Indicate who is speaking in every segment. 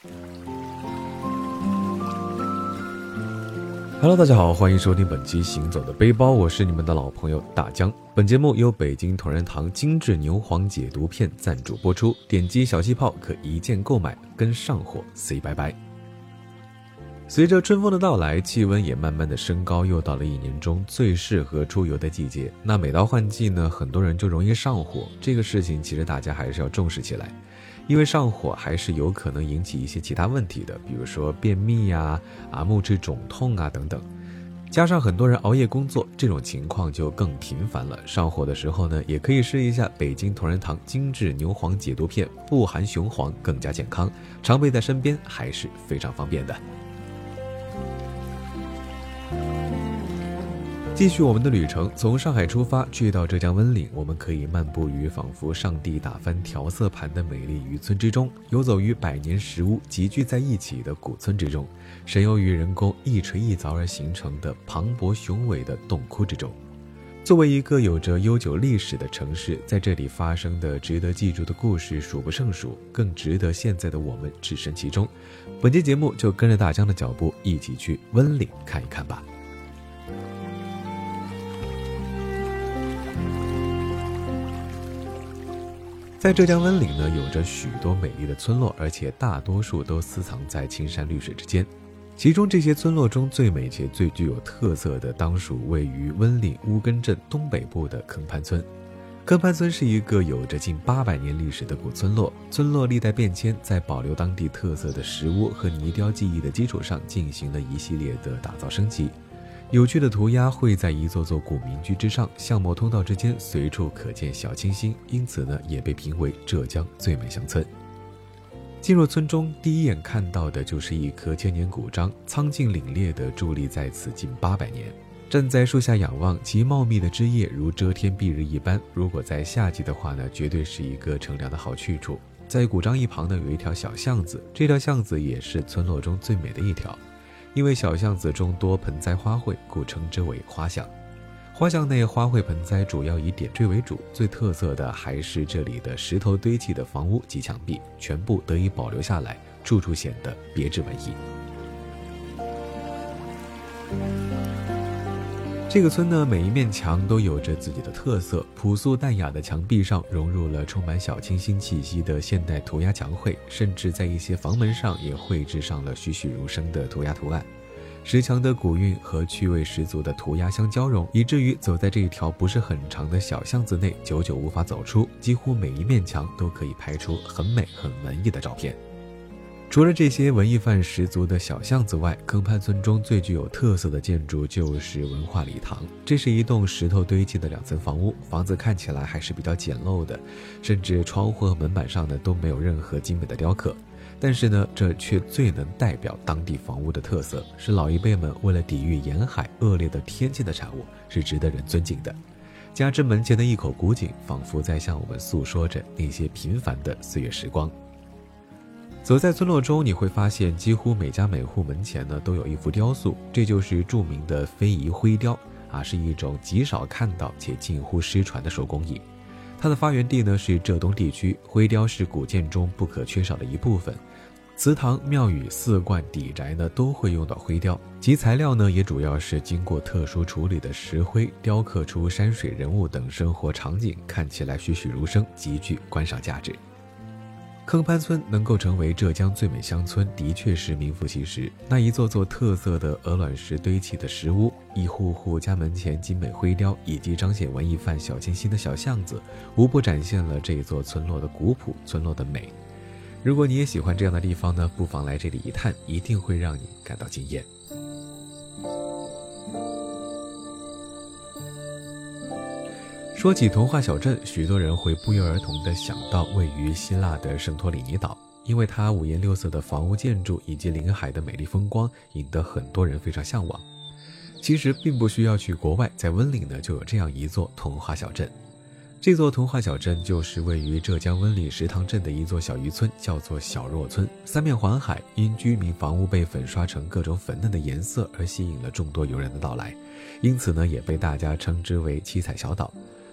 Speaker 1: Hello， 大家好，欢迎收听本期行走的背包，我是你们的老朋友大江。本节目由北京同仁堂精致牛黄解毒片赞助播出，点击小气泡可一键购买，跟上火 say 拜拜。随着春风的到来，气温也慢慢的升高，又到了一年中最适合出游的季节。那每到换季呢，很多人就容易上火，这个事情其实大家还是要重视起来。因为上火还是有可能引起一些其他问题的，比如说便秘呀、目质肿痛啊等等。加上很多人熬夜工作，这种情况就更频繁了。上火的时候呢，也可以试一下北京同仁堂精致牛黄解毒片，不含雄黄，更加健康，常备在身边还是非常方便的。继续我们的旅程，从上海出发去到浙江温岭，我们可以漫步于仿佛上帝打翻调色盘的美丽渔村之中，游走于百年石屋集聚在一起的古村之中，神游于人工一锤一凿而形成的磅礴雄伟的洞窟之中。作为一个有着悠久历史的城市，在这里发生的值得记住的故事数不胜数，更值得现在的我们置身其中。本期节目就跟着大江的脚步一起去温岭看一看吧。在浙江温岭呢，有着许多美丽的村落，而且大多数都私藏在青山绿水之间。其中这些村落中最美且最具有特色的，当属位于温岭乌根镇东北部的坑潘村。坑潘村是一个有着近800年历史的古村落，村落历代变迁，在保留当地特色的石屋和泥雕技艺的基础上，进行了一系列的打造升级。有趣的涂鸦绘在一座座古民居之上，巷陌通道之间随处可见小清新，因此呢，也被评为浙江最美乡村。进入村中，第一眼看到的就是一棵千年古樟，苍劲凛冽地伫立在此近800年。站在树下仰望，其茂密的枝叶如遮天蔽日一般。如果在夏季的话呢，绝对是一个乘凉的好去处。在古樟一旁呢，有一条小巷子，这条巷子也是村落中最美的一条。因为小巷子中多盆栽花卉，故称之为花巷。花巷内花卉盆栽主要以点缀为主，最特色的还是这里的石头堆砌的房屋及墙壁，全部得以保留下来，处处显得别致文艺。这个村呢，每一面墙都有着自己的特色，朴素淡雅的墙壁上融入了充满小清新气息的现代涂鸦墙绘，甚至在一些房门上也绘制上了栩栩如生的涂鸦图案。石墙的古韵和趣味十足的涂鸦相交融，以至于走在这一条不是很长的小巷子内，久久无法走出，几乎每一面墙都可以拍出很美很文艺的照片。除了这些文艺范十足的小巷子外，坑潘村中最具有特色的建筑就是文化礼堂。这是一栋石头堆砌的2层房屋，房子看起来还是比较简陋的，甚至窗户和门板上呢都没有任何精美的雕刻。但是呢，这却最能代表当地房屋的特色，是老一辈们为了抵御沿海恶劣的天气的产物，是值得人尊敬的。加之门前的一口古井，仿佛在向我们诉说着那些平凡的岁月时光。走在村落中，你会发现几乎每家每户门前呢都有一幅雕塑，这就是著名的非遗灰雕是一种极少看到且近乎失传的手工艺。它的发源地呢是浙东地区，灰雕是古建中不可缺少的一部分。祠堂、庙宇、寺观、邸宅呢都会用到灰雕，其材料呢也主要是经过特殊处理的石灰，雕刻出山水人物等生活场景，看起来栩栩如生，极具观赏价值。坑潘村能够成为浙江最美乡村，的确是名副其实。那一座座特色的鹅卵石堆砌的石屋，一户户家门前精美灰雕，以及彰显文艺范小清新的小巷子，无不展现了这座村落的古朴，村落的美。如果你也喜欢这样的地方呢，不妨来这里一探，一定会让你感到惊艳。说起童话小镇，许多人会不约而同地想到位于希腊的圣托里尼岛，因为它五颜六色的房屋建筑以及临海的美丽风光，引得很多人非常向往。其实并不需要去国外，在温岭呢就有这样一座童话小镇。这座童话小镇就是位于浙江温岭石塘镇的一座小渔村，叫做小若村。三面环海，因居民房屋被粉刷成各种粉嫩的颜色而吸引了众多游人的到来，因此呢也被大家称之为七彩小岛。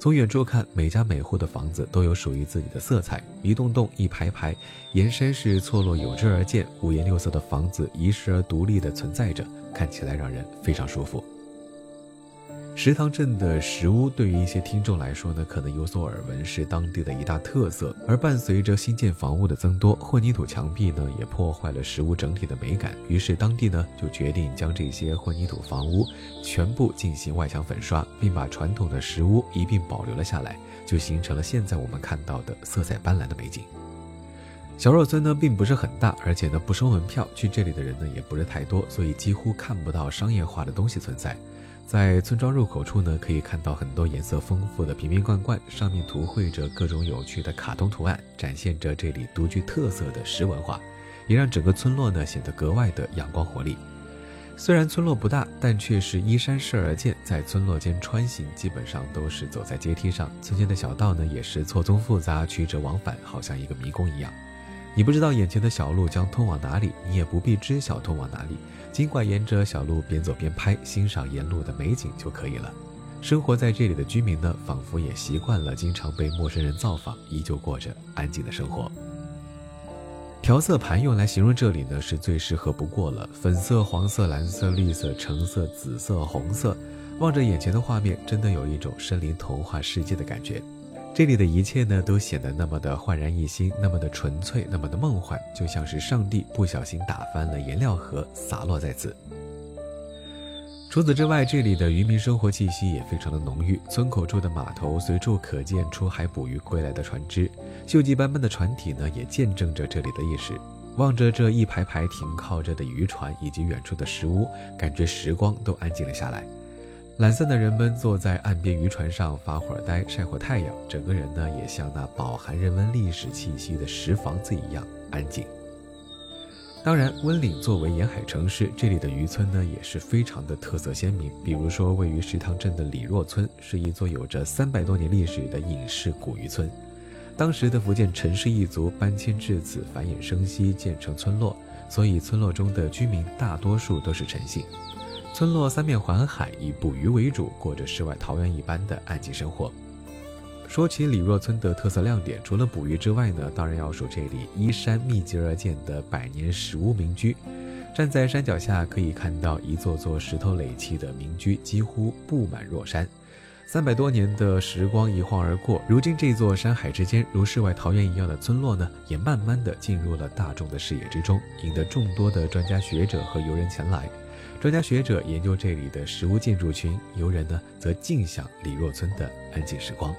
Speaker 1: 从远处看，每家每户的房子都有属于自己的色彩，一栋栋一排排，沿山势错落有之而建，五颜六色的房子遗世而独立地存在着，看起来让人非常舒服。石塘镇的石屋对于一些听众来说呢，可能有所耳闻，是当地的一大特色。而伴随着新建房屋的增多，混凝土墙壁呢也破坏了石屋整体的美感。于是当地呢就决定将这些混凝土房屋全部进行外墙粉刷，并把传统的石屋一并保留了下来，就形成了现在我们看到的色彩斑斓的美景。小若村呢并不是很大，而且呢不收门票，去这里的人呢也不是太多，所以几乎看不到商业化的东西存在。在村庄入口处呢，可以看到很多颜色丰富的瓶瓶罐罐，上面涂绘着各种有趣的卡通图案，展现着这里独具特色的石文化，也让整个村落呢显得格外的阳光活力。虽然村落不大，但却是依山势而建，在村落间穿行基本上都是走在阶梯上，村间的小道呢也是错综复杂，曲折往返，好像一个迷宫一样。你不知道眼前的小路将通往哪里，你也不必知晓通往哪里，尽管沿着小路边走边拍，欣赏沿路的美景就可以了。生活在这里的居民呢，仿佛也习惯了经常被陌生人造访，依旧过着安静的生活。调色盘用来形容这里呢，是最适合不过了，粉色、黄色、蓝色、绿色、橙色、紫色、红色，望着眼前的画面，真的有一种身临童话世界的感觉。这里的一切呢，都显得那么的焕然一新，那么的纯粹，那么的梦幻，就像是上帝不小心打翻了颜料盒，洒落在此。除此之外，这里的渔民生活气息也非常的浓郁，村口处的码头随处可见出海捕鱼归来的船只，锈迹斑斑的船体呢，也见证着这里的历史。望着这一排排停靠着的渔船以及远处的石屋，感觉时光都安静了下来。懒散的人们坐在岸边渔船上发会儿呆，晒会儿太阳，整个人呢也像那饱含人文历史气息的石房子一样安静。当然，温岭作为沿海城市，这里的渔村呢也是非常的特色鲜明。比如说位于石塘镇的李若村，是一座有着300多年历史的隐士古渔村。当时的福建陈氏一族搬迁至此，繁衍生息，建成村落，所以村落中的居民大多数都是陈姓。村落三面环海，以捕鱼为主，过着世外桃源一般的安静生活。说起李若村的特色亮点，除了捕鱼之外呢，当然要数这里依山密集而建的百年石屋民居。站在山脚下，可以看到一座座石头垒砌的民居，几乎布满若山。300多年的时光一晃而过，如今这座山海之间如世外桃源一样的村落呢，也慢慢的进入了大众的视野之中，引得众多的专家学者和游人前来。专家学者研究这里的石屋建筑群，游人呢则尽享李若村的安静时光。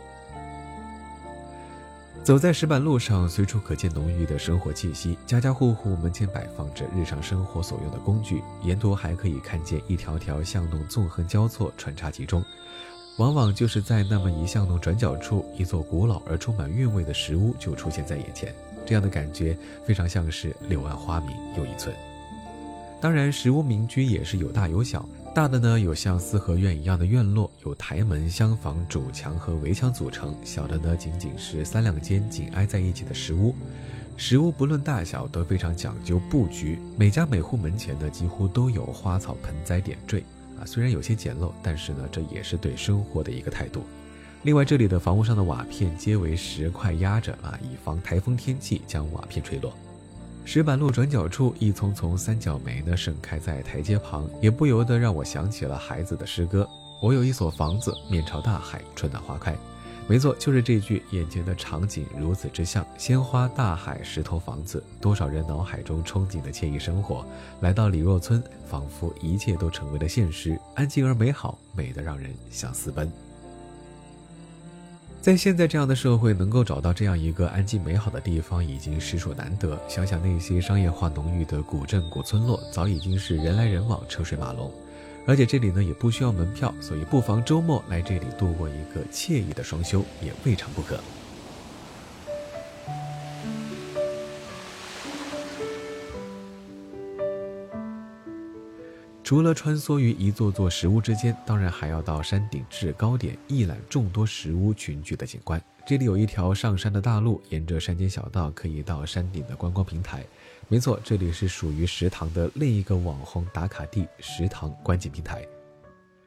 Speaker 1: 走在石板路上，随处可见浓郁的生活气息，家家户户门前摆放着日常生活所用的工具，沿途还可以看见一条条巷弄纵横交错，穿插其中。往往就是在那么一巷弄转角处，一座古老而充满韵味的石屋就出现在眼前，这样的感觉非常像是柳暗花明又一村。当然，石屋民居也是有大有小，大的呢有像四合院一样的院落，有台门、厢房、主墙和围墙组成；小的呢仅仅是3两间紧挨在一起的石屋。石屋不论大小都非常讲究布局，每家每户门前呢几乎都有花草盆栽点缀虽然有些简陋，但是呢这也是对生活的一个态度。另外，这里的房屋上的瓦片皆为石块压着以防台风天气将瓦片吹落。石板路转角处，一丛丛三角梅呢盛开在台阶旁，也不由得让我想起了孩子的诗歌：我有一所房子，面朝大海，春暖花开。没错，就是这句，眼前的场景如此之像，鲜花、大海、石头房子，多少人脑海中憧憬的惬意生活，来到李若村，仿佛一切都成为了现实，安静而美好，美得让人想私奔。在现在这样的社会，能够找到这样一个安静美好的地方已经实属难得，想想那些商业化浓郁的古镇古村落，早已经是人来人往，车水马龙。而且这里呢也不需要门票，所以不妨周末来这里度过一个惬意的双休，也未尝不可。除了穿梭于一座座石屋之间，当然还要到山顶制高点，一览众多石屋群聚的景观。这里有一条上山的大路，沿着山间小道可以到山顶的观光平台。没错，这里是属于石塘的另一个网红打卡地——石塘观景平台。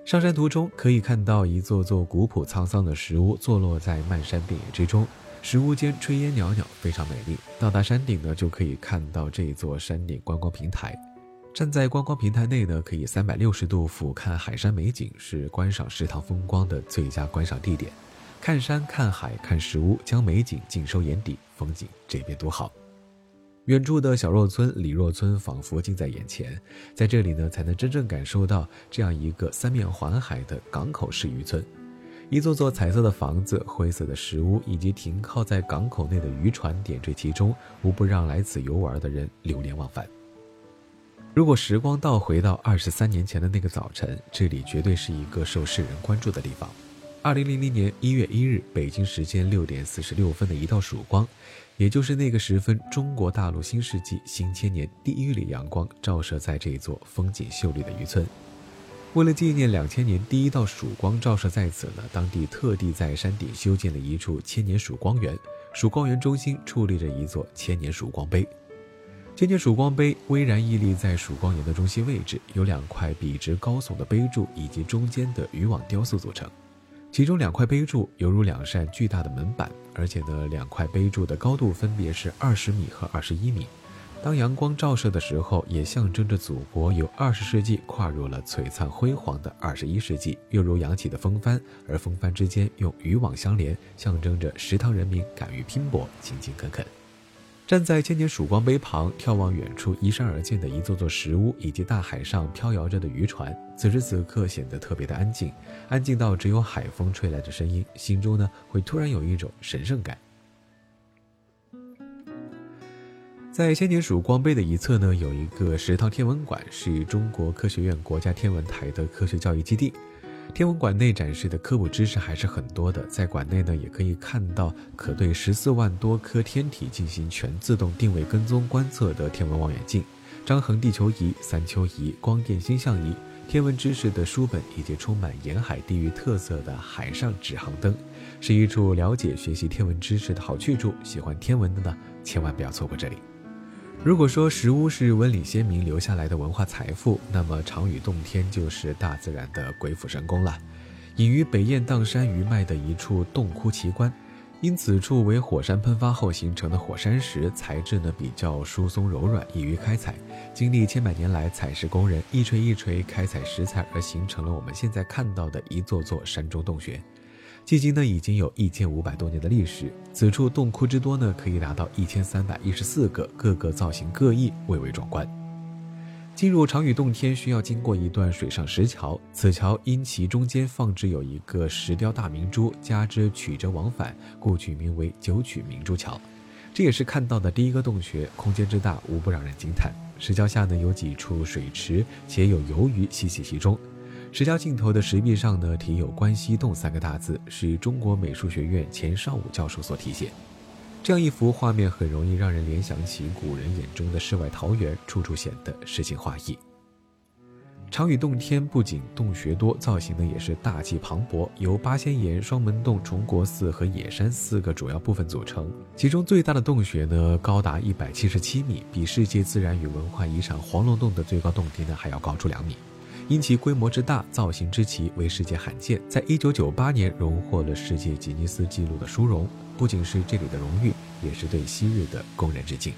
Speaker 1: 上山途中可以看到一座座古朴沧桑的石屋坐落在漫山遍野之中，石屋间炊烟袅袅，非常美丽。到达山顶呢，就可以看到这座山顶观光平台。站在观光平台内呢，可以360度俯瞰海山美景，是观赏石塘风光的最佳观赏地点。看山看海看石屋，将美景尽收眼底，风景这边多好。远处的小若村、李若村仿佛近在眼前，在这里呢，才能真正感受到这样一个三面环海的港口式渔村。一座座彩色的房子、灰色的石屋以及停靠在港口内的渔船点缀其中，无不让来此游玩的人流连忘返。如果时光倒回到23年前的那个早晨，这里绝对是一个受世人关注的地方。2000年1月1日，北京时间6点46分的一道曙光，也就是那个时分，中国大陆新世纪新千年第一缕阳光照射在这座风景秀丽的渔村。为了纪念2000年第一道曙光照射在此呢，当地特地在山顶修建了一处千年曙光园，曙光园中心矗立着一座千年曙光碑。千年曙光碑巍然屹立在曙光园的中心位置，由2块笔直高耸的碑柱以及中间的渔网雕塑组成。其中2块碑柱犹如2扇巨大的门板，而且呢，2块碑柱的高度分别是20米和21米。当阳光照射的时候，也象征着祖国由20世纪跨入了璀璨辉煌的21世纪，又如扬起的风帆，而风帆之间用渔网相连，象征着石塘人民敢于拼搏，勤勤恳恳。站在千年曙光碑旁，眺望远处依山而建的一座座石屋以及大海上飘摇着的渔船，此时此刻显得特别的安静，安静到只有海风吹来的声音，心中呢会突然有一种神圣感。在千年曙光碑的一侧呢，有一个石塘天文馆，是中国科学院国家天文台的科学教育基地。天文馆内展示的科普知识还是很多的，在馆内呢，也可以看到可对14万多颗天体进行全自动定位跟踪观测的天文望远镜、张衡地球仪、三丘仪、光电星象仪、天文知识的书本，以及充满沿海地域特色的海上指航灯，是一处了解学习天文知识的好去处。喜欢天文的呢，千万不要错过这里。如果说石屋是纹理鲜明留下来的文化财富，那么长屿洞天就是大自然的鬼斧神工了。隐于北雁荡山余脉的一处洞窟奇观，因此处为火山喷发后形成的火山石，材质呢比较疏松柔软，易于开采。经历千百年来采石工人一锤一锤开采石材，而形成了我们现在看到的一座座山中洞穴。距今呢已经有1500多年的历史，此处洞窟之多呢可以达到1314个，各个造型各异，蔚为壮观。进入长屿洞天需要经过一段水上石桥，此桥因其中间放置有一个石雕大明珠，加之曲折往返，故取名为九曲明珠桥。这也是看到的第一个洞穴，空间之大无不让人惊叹。石桥下呢有几处水池，且有游鱼嬉戏其中。石桥尽头的石壁上呢题有关西洞3个大字，是中国美术学院钱绍武教授所题写。这样一幅画面很容易让人联想起古人眼中的世外桃源，处处显得诗情画意。长屿洞天不仅洞穴多，造型呢也是大气磅礴，由八仙岩、双门洞、崇国寺和野山4个主要部分组成。其中最大的洞穴呢高达177米，比世界自然与文化遗产黄龙洞的最高洞天呢还要高出2米。因其规模之大，造型之奇，为世界罕见，在1998年荣获了世界吉尼斯纪录的殊荣。不仅是这里的荣誉，也是对昔日的工人致敬。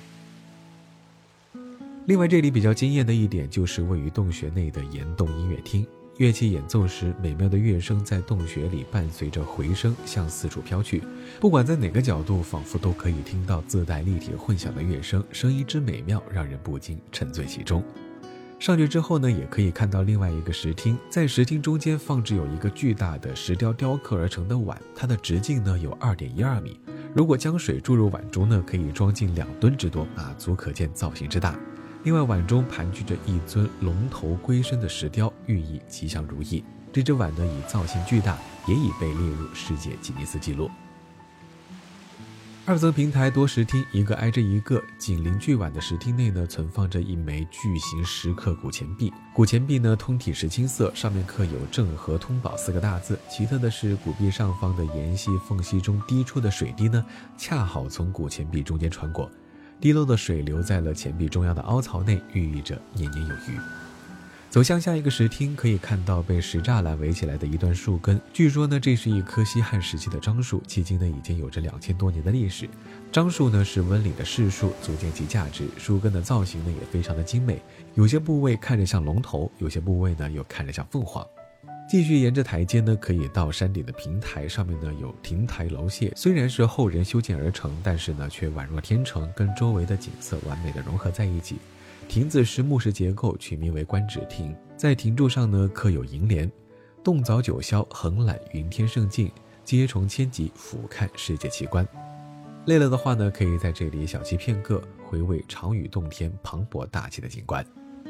Speaker 1: 另外，这里比较惊艳的一点就是位于洞穴内的岩洞音乐厅，乐器演奏时，美妙的乐声在洞穴里伴随着回声向四处飘去，不管在哪个角度，仿佛都可以听到自带立体混响的乐声，声音之美妙，让人不禁沉醉其中。上去之后呢，也可以看到另外一个石厅，在石厅中间放置有一个巨大的石雕雕刻而成的碗，它的直径呢有2.12米，如果将水注入碗中呢，可以装进2吨之多啊，足可见造型之大。另外，碗中盘踞着一尊龙头龟身的石雕，寓意吉祥如意。这只碗呢，以造型巨大，也已被列入世界吉尼斯纪录。2层平台多石厅，一个挨着一个，紧邻巨碗的石厅内呢，存放着一枚巨型石刻古钱币。古钱币呢，通体石青色，上面刻有郑和通宝4个大字。奇特的是，古币上方的沿隙缝隙中滴出的水滴呢，恰好从古钱币中间穿过，滴漏的水流在了钱币中央的凹槽内，寓意着年年有余。 走向下一个石厅，可以看到被石栅栏围起来的一段树根。据说呢，这是一棵西汉时期的樟树，迄今呢已经有着2000多年的历史。樟树呢是温岭的市树，足见其价值。树根的造型呢也非常的精美，有些部位看着像龙头，有些部位呢又看着像凤凰。继续沿着台阶呢，可以到山顶的平台，上面呢有亭台楼榭，虽然是后人修建而成，但是呢却宛若天成，跟周围的景色完美的融合在一起。亭子是木石结构，取名为观止亭，在亭柱上呢刻有楹联：洞凿九霄，横览云天胜境，接重千级，俯瞰世界奇观。累了的话呢，可以在这里小憩片刻，回味长屿洞天磅礴大气的景观。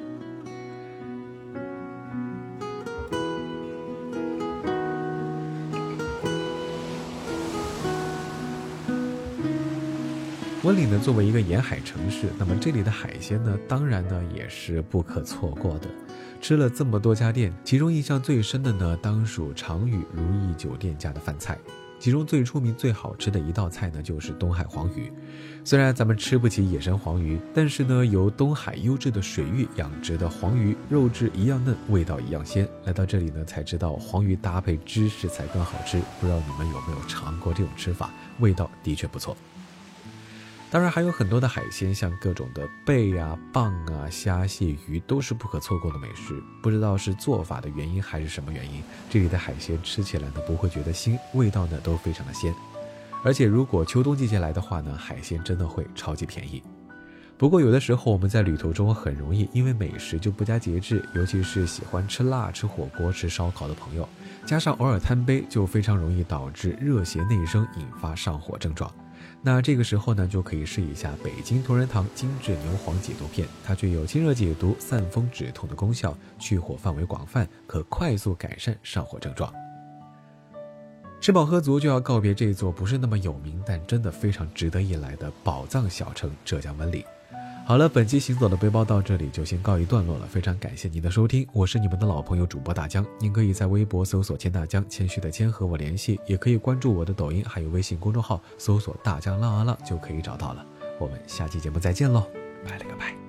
Speaker 1: 温岭呢，作为一个沿海城市，那么这里的海鲜呢，当然呢也是不可错过的。吃了这么多家店，其中印象最深的呢，当属长屿如意酒店家的饭菜。其中最出名最好吃的一道菜呢，就是东海黄鱼。虽然咱们吃不起野生黄鱼，但是呢，由东海优质的水域养殖的黄鱼，肉质一样嫩，味道一样鲜。来到这里呢，才知道黄鱼搭配芝士才更好吃。不知道你们有没有尝过这种吃法？味道的确不错。当然还有很多的海鲜，像各种的贝啊、蚌啊、虾、蟹、鱼都是不可错过的美食。不知道是做法的原因还是什么原因，这里的海鲜吃起来呢不会觉得腥，味道呢都非常的鲜。而且如果秋冬季节来的话呢，海鲜真的会超级便宜。不过有的时候我们在旅途中很容易因为美食就不加节制，尤其是喜欢吃辣、吃火锅、吃烧烤的朋友，加上偶尔贪杯，就非常容易导致热邪内生，引发上火症状。那这个时候呢，就可以试一下北京同仁堂精致牛黄解毒片，它具有清热解毒、散风止痛的功效，去火范围广泛，可快速改善上火症状。吃饱喝足就要告别这座不是那么有名，但真的非常值得一来的宝藏小城浙江温岭。好了，本期行走的背包到这里就先告一段落了，非常感谢您的收听，我是你们的老朋友主播大江。您可以在微博搜索千大江，谦虚的谦和我联系，也可以关注我的抖音还有微信公众号，搜索大江浪啊浪就可以找到了。我们下期节目再见喽，拜了个拜。